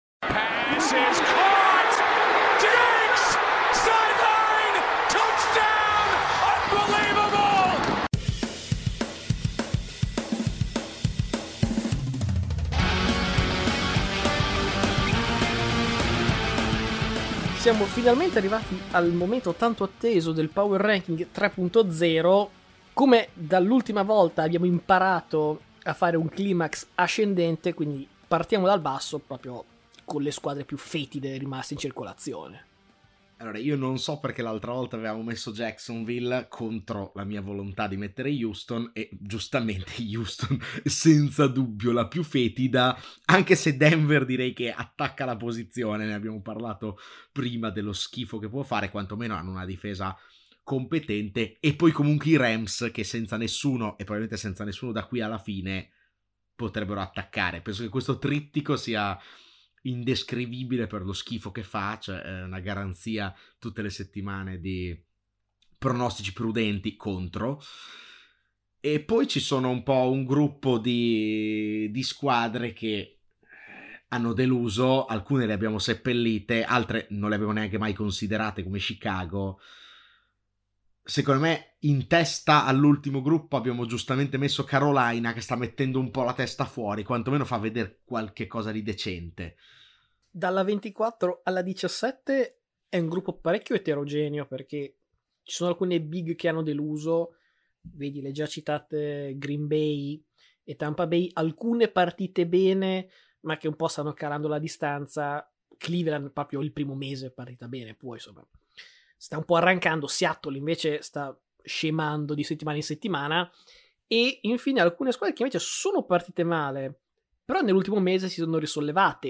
Siamo finalmente arrivati al momento tanto atteso del Power Ranking tre punto zero. Come dall'ultima volta abbiamo imparato a fare un climax ascendente, quindi partiamo dal basso, proprio con le squadre più fetide rimaste in circolazione. Allora, io non so perché l'altra volta avevamo messo Jacksonville contro la mia volontà di mettere Houston, e giustamente Houston senza dubbio la più fetida, anche se Denver direi che attacca la posizione, ne abbiamo parlato prima dello schifo che può fare, quantomeno hanno una difesa competente, e poi comunque i Rams che senza nessuno, e probabilmente senza nessuno da qui alla fine, potrebbero attaccare. Penso che questo trittico sia indescrivibile per lo schifo che fa, cioè è una garanzia tutte le settimane di pronostici prudenti contro. E poi ci sono un po' un gruppo di, di squadre che hanno deluso, alcune le abbiamo seppellite, altre non le abbiamo neanche mai considerate, come Chicago. Secondo me in testa all'ultimo gruppo abbiamo giustamente messo Carolina, che sta mettendo un po' la testa fuori, quantomeno fa vedere qualche cosa di decente. Dalla ventiquattro alla diciassette è un gruppo parecchio eterogeneo, perché ci sono alcune big che hanno deluso, vedi le già citate Green Bay e Tampa Bay, alcune partite bene ma che un po' stanno calando la distanza. Cleveland proprio il primo mese è partita bene, poi insomma sta un po' arrancando. Seattle invece sta scemando di settimana in settimana, e infine alcune squadre che invece sono partite male però nell'ultimo mese si sono risollevate,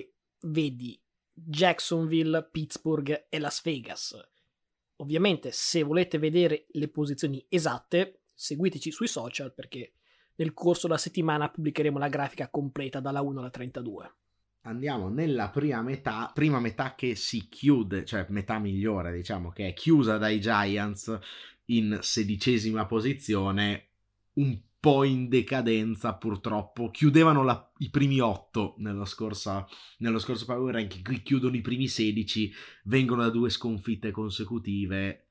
vedi Jacksonville, Pittsburgh e Las Vegas. Ovviamente, se volete vedere le posizioni esatte, seguiteci sui social, perché nel corso della settimana pubblicheremo la grafica completa dalla uno alla trentadue. Andiamo nella prima metà, prima metà che si chiude, cioè metà migliore, diciamo, che è chiusa dai Giants in sedicesima posizione, un po' in decadenza purtroppo. Chiudevano la, i primi otto nello scorso, nello scorso Power Ranking, qui chiudono i primi sedici, vengono da due sconfitte consecutive,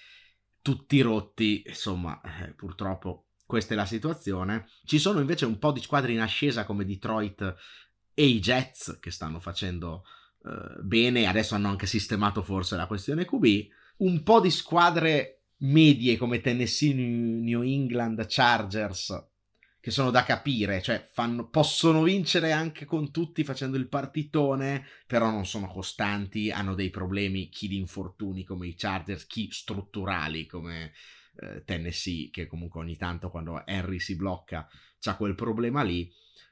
tutti rotti, insomma, eh, purtroppo questa è la situazione. Ci sono invece un po' di squadre in ascesa come Detroit e i Jets che stanno facendo uh, bene, adesso hanno anche sistemato forse la questione Q B, un po' di squadre medie come Tennessee, New England, Chargers, che sono da capire, cioè fanno, possono vincere anche con tutti facendo il partitone, però non sono costanti, hanno dei problemi, chi di infortuni come i Chargers, chi strutturali come uh, Tennessee, che comunque ogni tanto quando Henry si blocca c'ha quel problema lì.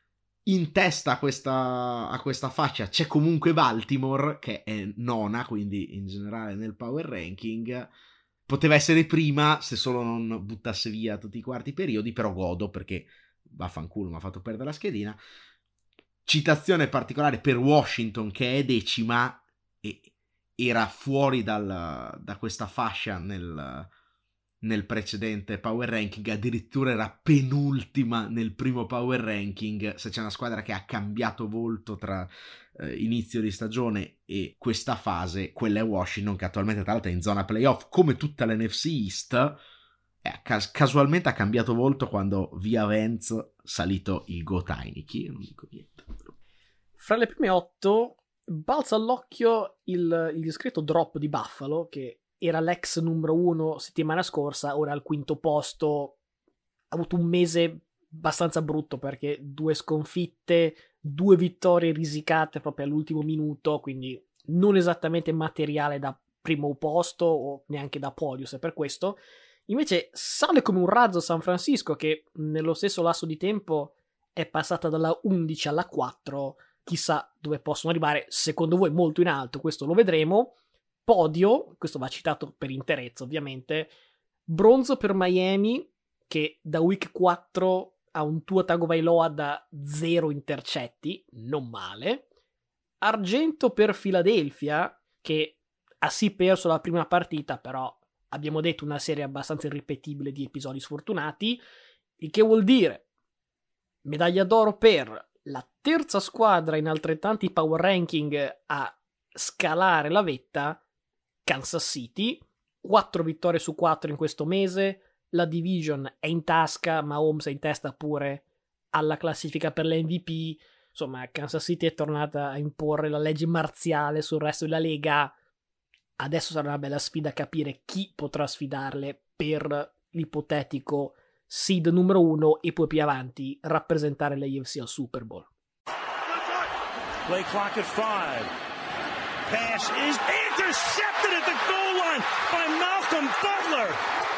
In testa a questa, a questa fascia c'è comunque Baltimore, che è nona, quindi in generale nel power ranking. Poteva essere prima se solo non buttasse via tutti i quarti periodi, però godo perché vaffanculo mi ha fatto perdere la schedina. Citazione particolare per Washington, che è decima e era fuori dal, da questa fascia nel... nel precedente power ranking, addirittura era penultima nel primo power ranking. Se c'è una squadra che ha cambiato volto tra eh, inizio di stagione e questa fase, quella è Washington, che attualmente tra l'altro è in zona playoff come tutta l'N F C East. Eh, cas- casualmente ha cambiato volto quando via Vance salito il Go Heineke, non dico niente. Fra le prime otto balza all'occhio il, il discreto drop di Buffalo, che era l'ex numero uno settimana scorsa, ora al quinto posto. Ha avuto un mese abbastanza brutto perché due sconfitte, due vittorie risicate proprio all'ultimo minuto, quindi non esattamente materiale da primo posto o neanche da podio, se per questo. Invece sale come un razzo San Francisco, che nello stesso lasso di tempo è passata dalla undici alla quattro, chissà dove possono arrivare, secondo voi molto in alto, questo lo vedremo. Podio, questo va citato per interezza ovviamente, bronzo per Miami, che da week quattro ha un Tua Tagovailoa da zero intercetti, non male. Argento per Philadelphia, che ha sì perso la prima partita, però abbiamo detto una serie abbastanza irripetibile di episodi sfortunati, il che vuol dire medaglia d'oro per la terza squadra in altrettanti power ranking a scalare la vetta, Kansas City, quattro vittorie su quattro in questo mese, la division è in tasca, Mahomes è in testa pure alla classifica per l'M V P, insomma Kansas City è tornata a imporre la legge marziale sul resto della lega. Adesso sarà una bella sfida a capire chi potrà sfidarle per l'ipotetico seed numero uno e poi più avanti rappresentare l'A F C al Super Bowl. Play clock at five. Pass is intercepted at the goal line by Malcolm Butler.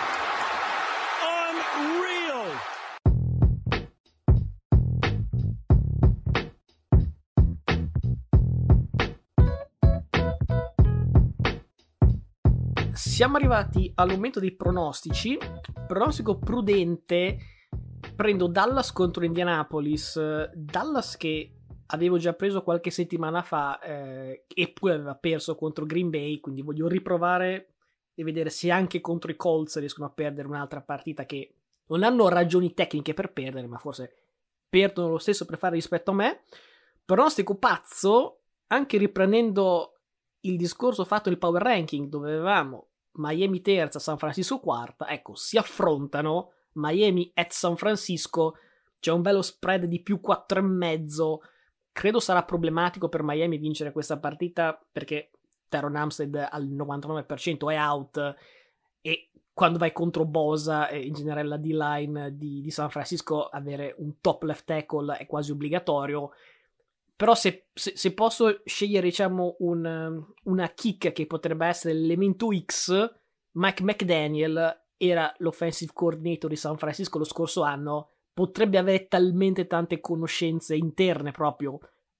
Unreal. Siamo arrivati al momento dei pronostici. Pronostico prudente. Prendo Dallas contro Indianapolis. Dallas che avevo già preso qualche settimana fa eh, e poi aveva perso contro Green Bay, quindi voglio riprovare e vedere se anche contro i Colts riescono a perdere un'altra partita che non hanno ragioni tecniche per perdere, ma forse perdono lo stesso per fare rispetto a me. Pronostico pazzo, anche riprendendo il discorso fatto nel power ranking dove avevamo Miami terza, San Francisco quarta, ecco, si affrontano Miami at San Francisco, c'è un bello spread di più quattro e mezzo. Credo sarà problematico per Miami vincere questa partita perché Teron Armstead al novantanove per cento è out e quando vai contro Bosa e in generale la D-line di, di San Francisco avere un top left tackle è quasi obbligatorio. Però se, se, se posso scegliere diciamo un, una kick che potrebbe essere l'elemento X, Mike McDaniel era l'offensive coordinator di San Francisco lo scorso anno, potrebbe avere talmente tante conoscenze interne proprio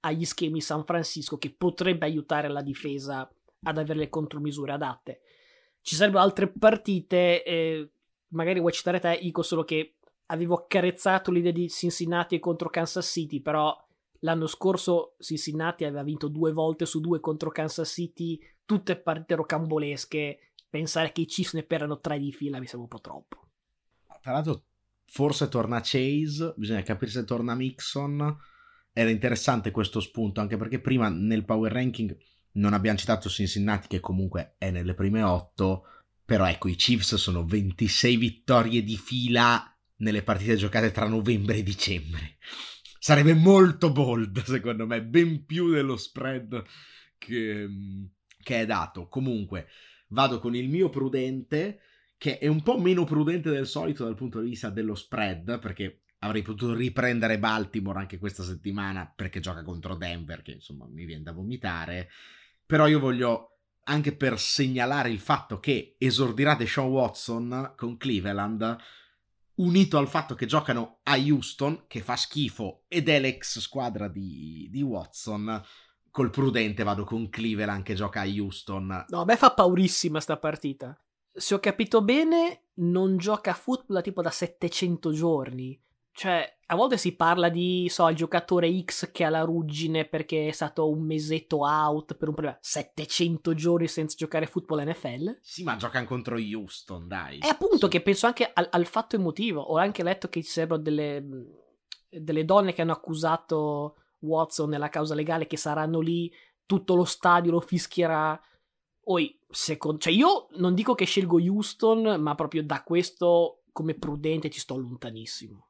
agli schemi San Francisco, che potrebbe aiutare la difesa ad avere le contromisure adatte. Ci sarebbero altre partite, eh, magari vuoi citare te, dico solo che avevo accarezzato l'idea di Cincinnati contro Kansas City, però l'anno scorso Cincinnati aveva vinto due volte su due contro Kansas City, tutte partite rocambolesche. Pensare che i Chiefs ne perdono tre di fila mi sembra un po' troppo. Tra l'altro forse torna Chase, bisogna capire se torna Mixon. Era interessante questo spunto, anche perché prima nel power ranking non abbiamo citato Cincinnati, che comunque è nelle prime otto, però ecco, i Chiefs sono ventisei vittorie di fila nelle partite giocate tra novembre e dicembre. Sarebbe molto bold, secondo me, ben più dello spread che, che è dato. Comunque, vado con il mio prudente, che è un po' meno prudente del solito dal punto di vista dello spread, perché avrei potuto riprendere Baltimore anche questa settimana, perché gioca contro Denver, che insomma mi viene da vomitare. Però io voglio, anche per segnalare il fatto che esordirà Deshaun Watson con Cleveland, unito al fatto che giocano a Houston, che fa schifo, ed è l'ex squadra di, di Watson, col prudente vado con Cleveland che gioca a Houston. No, a me fa paurissima sta partita. Se ho capito bene, non gioca a football da tipo da settecento giorni. Cioè, a volte si parla di, so, il giocatore X che ha la ruggine perché è stato un mesetto out per un problema. settecento giorni senza giocare football N F L? Sì, ma giocano contro Houston, dai. È appunto sì. Che penso anche al, al fatto emotivo. Ho anche letto che ci sarebbero delle, delle donne che hanno accusato Watson nella causa legale, che saranno lì, tutto lo stadio lo fischierà. Oi, secondo, cioè io non dico che scelgo Houston, ma proprio da questo, come prudente, ci sto lontanissimo.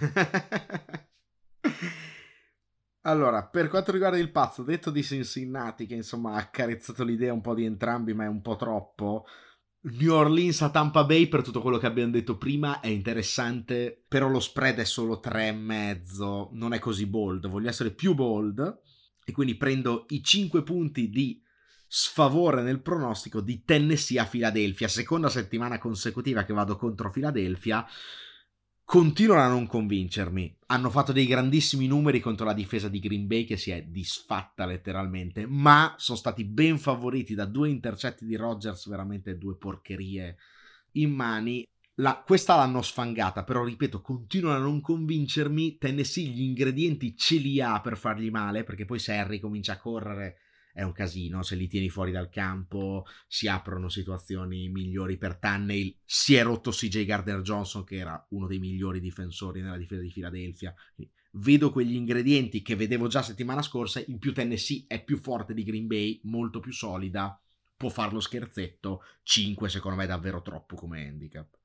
Allora, per quanto riguarda il pazzo detto di Cincinnati, che insomma ha accarezzato l'idea un po' di entrambi, ma è un po' troppo, New Orleans a Tampa Bay, per tutto quello che abbiamo detto prima, è interessante, però lo spread è solo tre e mezzo, non è così bold, voglio essere più bold, e quindi prendo i cinque punti di sfavore nel pronostico di Tennessee a Philadelphia, seconda settimana consecutiva che vado contro Philadelphia. Continuano a non convincermi, hanno fatto dei grandissimi numeri contro la difesa di Green Bay che si è disfatta letteralmente, ma sono stati ben favoriti da due intercetti di Rodgers, veramente due porcherie in mani. La, questa l'hanno sfangata, però ripeto, continuano a non convincermi. Tennessee gli ingredienti ce li ha per fargli male, perché poi se Harry comincia a correre è un casino, se li tieni fuori dal campo si aprono situazioni migliori per Tannehill. Si è rotto C J Gardner-Johnson, che era uno dei migliori difensori nella difesa di Philadelphia. Vedo quegli ingredienti che vedevo già settimana scorsa, in più Tennessee è più forte di Green Bay, molto più solida, può far lo scherzetto. Cinque secondo me è davvero troppo come handicap.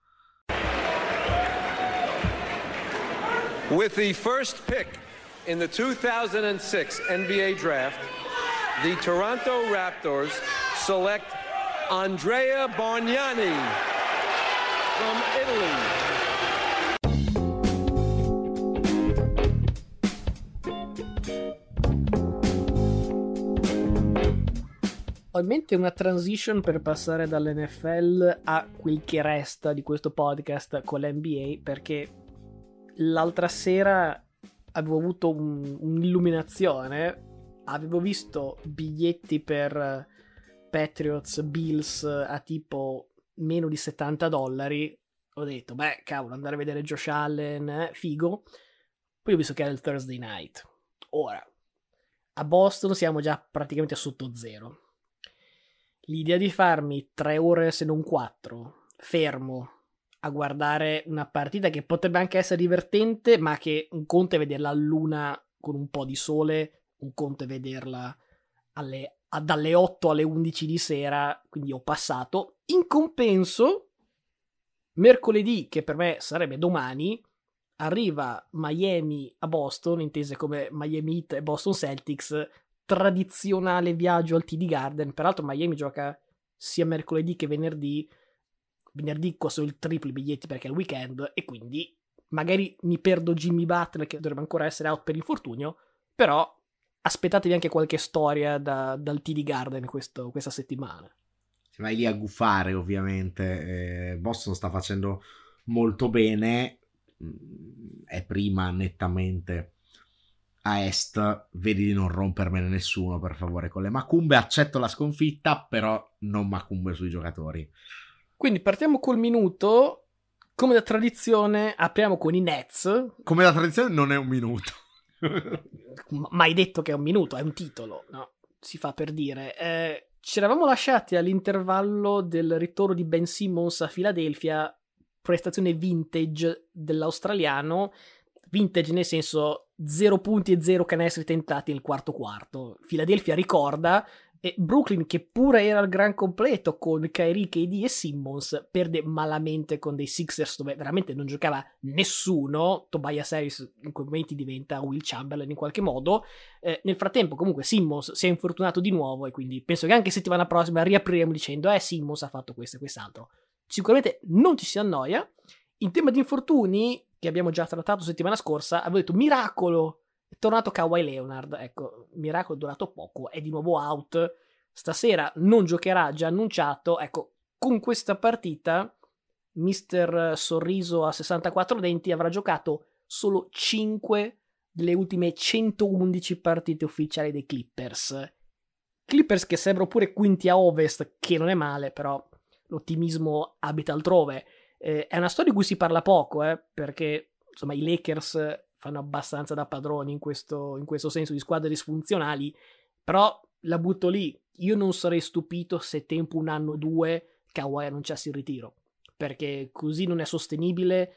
With the first pick in the two thousand six N B A draft, the Toronto Raptors select Andrea Bargnani from Italy. Ho in mente una transition per passare dall'N F L a quel che resta di questo podcast con l'N B A, perché l'altra sera avevo avuto un, un'illuminazione. Avevo visto biglietti per Patriots Bills a tipo meno di settanta dollari. Ho detto, beh, cavolo, andare a vedere Josh Allen, eh, figo. Poi ho visto che era il Thursday night. Ora, a Boston siamo già praticamente sotto zero. L'idea di farmi tre ore, se non quattro, fermo a guardare una partita che potrebbe anche essere divertente, ma che un conto è vederla a luna con un po' di sole, un conto è vederla alle, a, dalle otto alle undici di sera, quindi ho passato. In compenso, mercoledì, che per me sarebbe domani, arriva Miami a Boston, intese come Miami Heat e Boston Celtics, tradizionale viaggio al T D Garden. Peraltro Miami gioca sia mercoledì che venerdì, venerdì costano il triplo i biglietti perché è il weekend, e quindi magari mi perdo Jimmy Butler che dovrebbe ancora essere out per infortunio, però aspettatevi anche qualche storia da, dal T D Garden questo, questa settimana. Se vai lì a gufare, ovviamente, eh, Boston sta facendo molto bene, è prima nettamente a est, vedi di non rompermene nessuno, per favore, con le macumbe. Accetto la sconfitta, però non macumbe sui giocatori. Quindi partiamo col minuto. Come da tradizione apriamo con i Nets. Come da tradizione non è un minuto. Ma hai detto che è un minuto, è un titolo, no? Si fa per dire. Eh, ci eravamo lasciati all'intervallo del ritorno di Ben Simmons a Philadelphia, prestazione vintage dell'australiano, vintage nel senso zero punti e zero canestri tentati nel quarto quarto. Philadelphia ricorda, e Brooklyn, che pure era al gran completo con Kyrie, K D e Simmons, perde malamente con dei Sixers dove veramente non giocava nessuno. Tobias Harris in quei momenti diventa Will Chamberlain in qualche modo. Eh, nel frattempo comunque Simmons si è infortunato di nuovo, e quindi penso che anche settimana prossima riapriremo dicendo eh Simmons ha fatto questo e quest'altro. Sicuramente non ci si annoia. In tema di infortuni, che abbiamo già trattato settimana scorsa, avevo detto miracolo, è tornato Kawhi Leonard. Ecco, miracolo è durato poco, è di nuovo out, stasera non giocherà, già annunciato. Ecco, con questa partita mister Sorriso a sessantaquattro denti avrà giocato solo cinque delle ultime centoundici partite ufficiali dei Clippers. Clippers che sembrano pure quinti a ovest, che non è male, però l'ottimismo abita altrove. Eh, è una storia di cui si parla poco, eh, perché insomma i Lakers fanno abbastanza da padroni in questo, in questo senso, di squadre disfunzionali, però la butto lì. Io non sarei stupito se tempo un anno o due Kawhi annunciasse il ritiro, perché così non è sostenibile.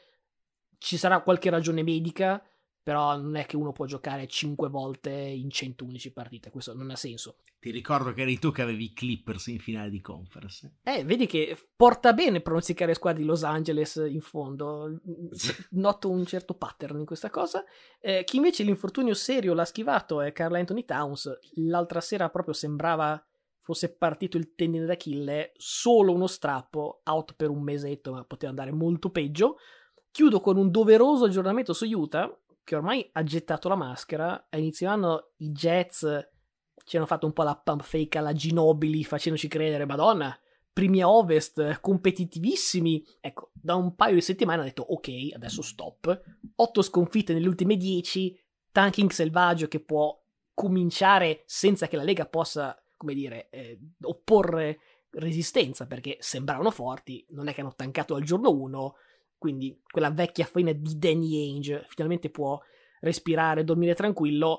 Ci sarà qualche ragione medica, però non è che uno può giocare cinque volte in centoundici partite, questo non ha senso. Ti ricordo che eri tu che avevi i Clippers in finale di conference. Eh, vedi che porta bene pronosticare squadre di Los Angeles in fondo. Noto un certo pattern in questa cosa. Eh, chi invece l'infortunio serio l'ha schivato è Karl Anthony Towns. L'altra sera proprio sembrava fosse partito il tendine d'Achille, solo uno strappo, out per un mesetto, ma poteva andare molto peggio. Chiudo con un doveroso aggiornamento su Utah, che ormai ha gettato la maschera. A inizio anno i Jets ci hanno fatto un po' la pump fake alla Ginobili, facendoci credere, madonna, primi a ovest, competitivissimi. Ecco, da un paio di settimane hanno detto ok, adesso stop. Otto sconfitte nelle ultime dieci, tanking selvaggio che può cominciare senza che la Lega possa, come dire, eh, opporre resistenza, perché sembravano forti, non è che hanno tankato al giorno uno. Quindi quella vecchia faina di Danny Ainge finalmente può respirare, dormire tranquillo.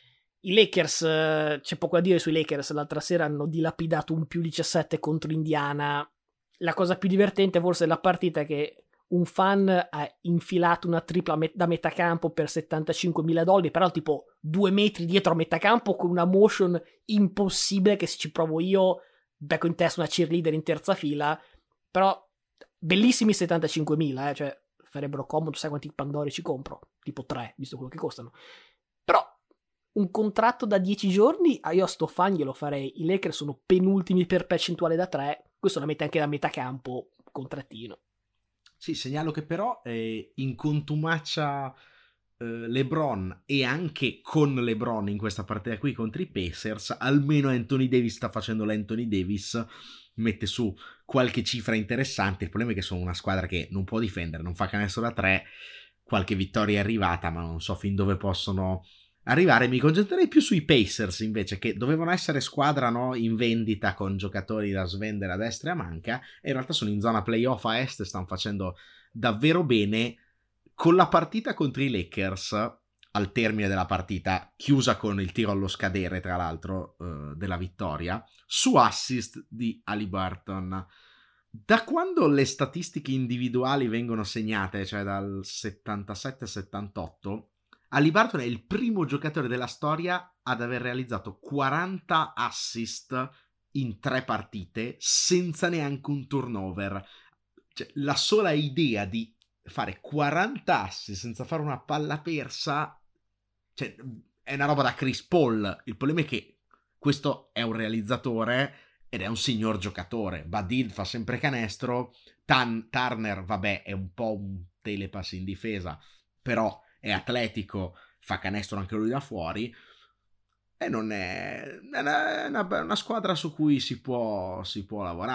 I Lakers, c'è poco da dire sui Lakers, l'altra sera hanno dilapidato un più diciassette contro Indiana. La cosa più divertente forse è la partita che un fan ha infilato una tripla da metà campo per settantacinquemila dollari, però tipo due metri dietro a metà campo con una motion impossibile che se ci provo io becco in testa una cheerleader in terza fila. Però bellissimi settantacinquemila, eh, cioè farebbero comodo, sai quanti Pandori ci compro? Tipo tre, visto quello che costano. Però un contratto da dieci giorni, ah, io a sto fan glielo farei. I Lakers sono penultimi per percentuale da tre, questo la mette anche da metà campo, contrattino. Sì, segnalo che però eh, in contumacia eh, LeBron, e anche con LeBron in questa partita qui contro i Pacers, almeno Anthony Davis sta facendo l'Anthony Davis, mette su qualche cifra interessante. Il problema è che sono una squadra che non può difendere, non fa canestro da tre, qualche vittoria è arrivata, ma non so fin dove possono arrivare. Mi concentrerei più sui Pacers invece, che dovevano essere squadra, no, in vendita con giocatori da svendere a destra e a manca, e in realtà sono in zona playoff a est, stanno facendo davvero bene. Con la partita contro i Lakers, al termine della partita, chiusa con il tiro allo scadere tra l'altro eh, della vittoria, su assist di Haliburton. Da quando le statistiche individuali vengono segnate, cioè dal settantasette settantotto, Haliburton è il primo giocatore della storia ad aver realizzato quaranta assist in tre partite senza neanche un turnover. Cioè, la sola idea di fare quaranta assist senza fare una palla persa, cioè, è una roba da Chris Paul. Il problema è che questo è un realizzatore ed è un signor giocatore. Badil fa sempre canestro, Tan- Turner, vabbè, è un po' un telepass in difesa, però è atletico, fa canestro anche lui da fuori, e non è, è, una, è una, una squadra su cui si può, si può lavorare.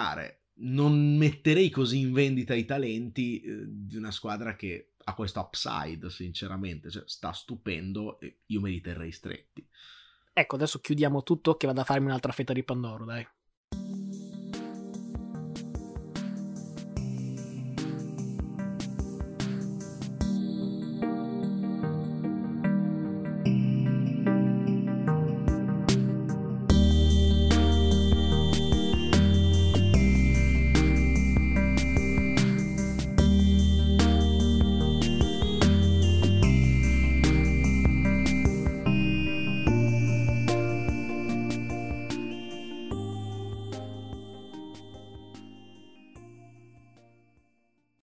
non metterei così in vendita i talenti eh, di una squadra che ha questo upside, sinceramente, cioè, sta stupendo e io me li terrei stretti. Ecco, adesso chiudiamo tutto che vado a farmi un'altra fetta di Pandoro, dai.